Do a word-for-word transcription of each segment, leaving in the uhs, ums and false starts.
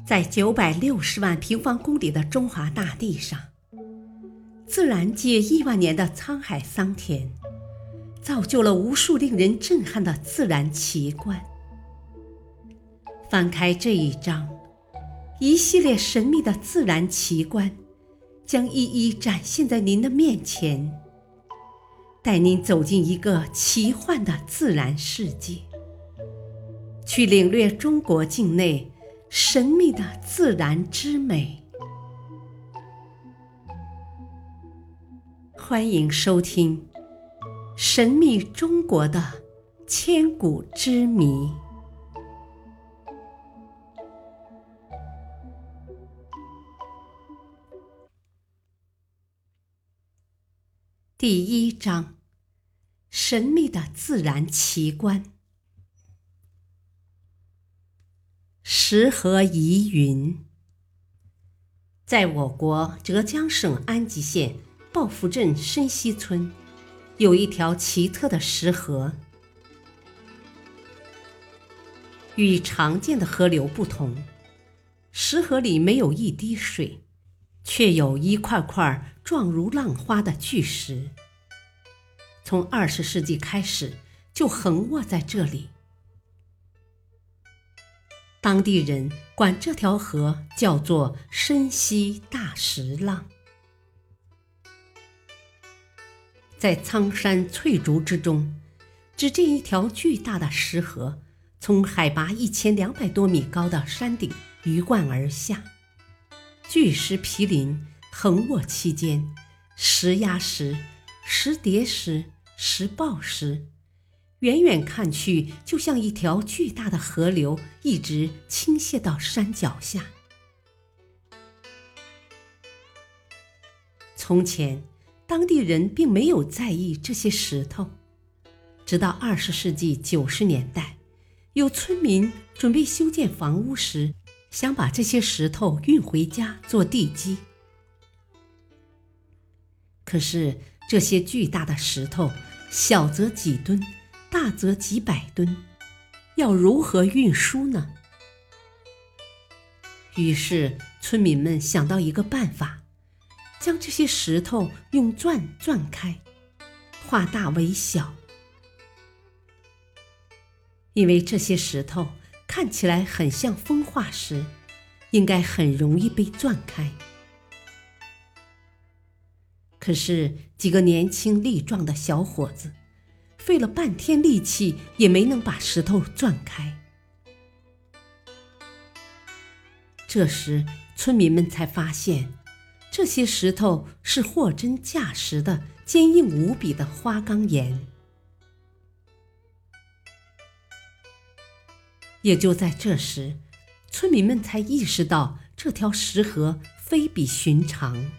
在九百六十万平方公里的中华大地上，自然界亿万年的沧海桑田，造就了无数令人震撼的自然奇观。翻开这一章，一系列神秘的自然奇观将一一展现在您的面前，带您走进一个奇幻的自然世界，去领略中国境内神秘的自然之美。欢迎收听《神秘中国的千古之谜》。第一章：神秘的自然奇观。石河疑云。在我国浙江省安吉县抱福镇深溪村，有一条奇特的石河。与常见的河流不同，石河里没有一滴水，却有一块块状如浪花的巨石。从二十世纪开始，就横卧在这里。当地人管这条河叫做深溪大石浪。在苍山翠竹之中，只见一条巨大的石河从海拔一千两百多米高的山顶鱼贯而下，巨石毗邻，横卧其间，石压石，石叠石，石抱石，远远看去就像一条巨大的河流一直倾泻到山脚下。从前当地人并没有在意这些石头，直到二十世纪九十年代，有村民准备修建房屋时，想把这些石头运回家做地基。可是这些巨大的石头，小则几吨，大则几百吨，要如何运输呢？于是村民们想到一个办法，将这些石头用钻钻开，化大为小。因为这些石头看起来很像风化石，应该很容易被钻开。可是几个年轻力壮的小伙子费了半天力气，也没能把石头钻开。这时村民们才发现，这些石头是货真价实的坚硬无比的花岗岩。也就在这时，村民们才意识到这条石河非比寻常。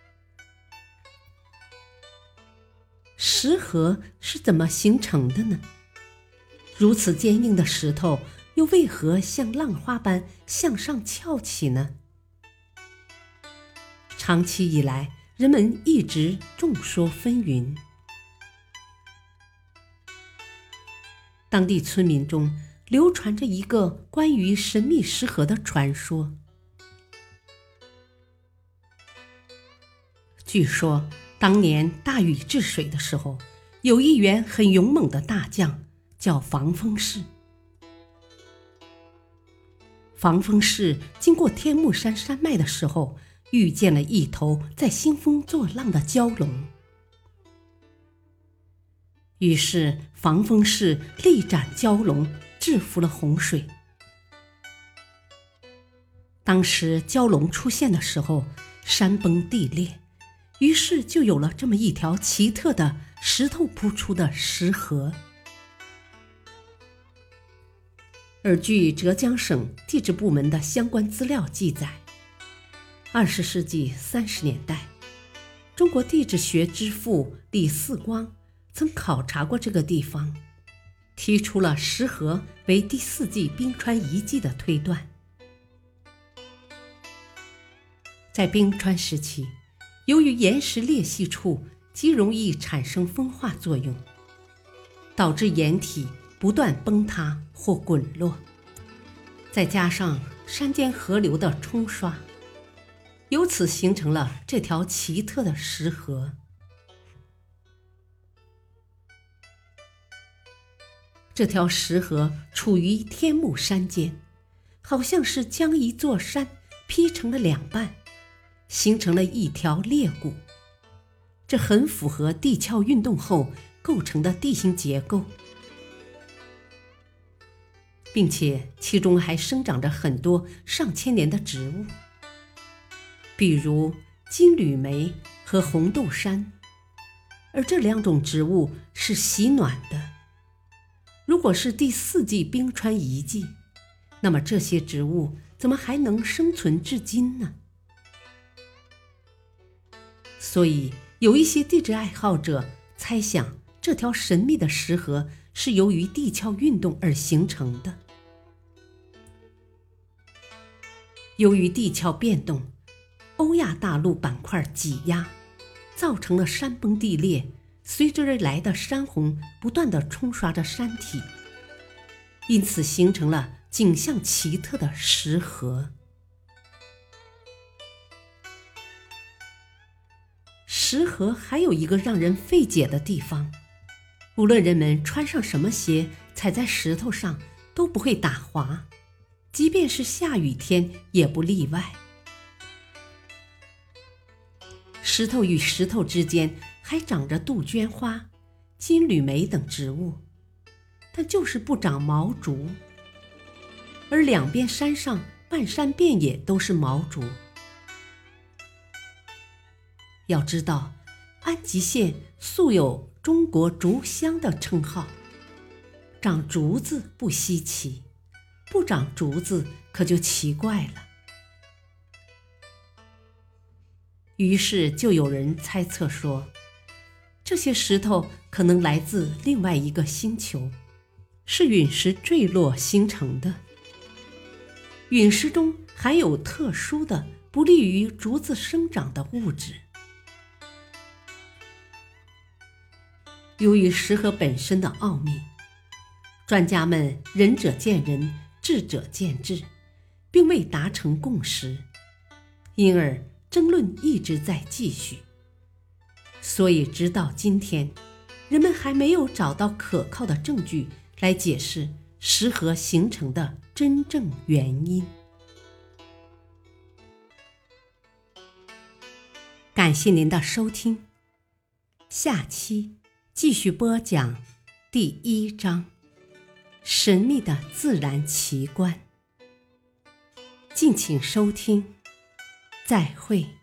石河是怎么形成的呢？如此坚硬的石头，又为何像浪花般向上翘起呢？长期以来，人们一直众说纷纭。当地村民中流传着一个关于神秘石河的传说。据说当年大禹治水的时候，有一员很勇猛的大将叫防风氏。防风氏经过天目山山脉的时候，遇见了一头在兴风作浪的蛟龙。于是防风氏力斩蛟龙，制服了洪水。当时蛟龙出现的时候，山崩地裂，于是就有了这么一条奇特的石头铺出的石河。而据浙江省地质部门的相关资料记载，二十世纪三十年代，中国地质学之父李四光曾考察过这个地方，提出了石河为第四纪冰川遗迹的推断。在冰川时期，由于岩石裂隙处极容易产生风化作用，导致岩体不断崩塌或滚落，再加上山间河流的冲刷，由此形成了这条奇特的石河。这条石河处于天目山间，好像是将一座山劈成了两半，形成了一条裂谷。这很符合地壳运动后构成的地形结构，并且其中还生长着很多上千年的植物，比如金缕梅和红豆杉，而这两种植物是喜暖的。如果是第四纪冰川遗迹，那么这些植物怎么还能生存至今呢？所以有一些地质爱好者猜想，这条神秘的石河是由于地壳运动而形成的。由于地壳变动，欧亚大陆板块挤压，造成了山崩地裂，随之而来的山洪不断地冲刷着山体，因此形成了景象奇特的石河。石河还有一个让人费解的地方，无论人们穿上什么鞋，踩在石头上都不会打滑，即便是下雨天也不例外。石头与石头之间还长着杜鹃花、金缕梅等植物，但就是不长毛竹，而两边山上半山遍野都是毛竹。要知道，安吉县素有中国竹乡的称号，长竹子不稀奇，不长竹子可就奇怪了。于是就有人猜测说，这些石头可能来自另外一个星球，是陨石坠落形成的。陨石中含有特殊的不利于竹子生长的物质。由于石河本身的奥秘，专家们仁者见仁，智者见智，并未达成共识，因而争论一直在继续。所以直到今天，人们还没有找到可靠的证据来解释石河形成的真正原因。感谢您的收听，下期继续播讲第一章神秘的自然奇观，敬请收听，再会。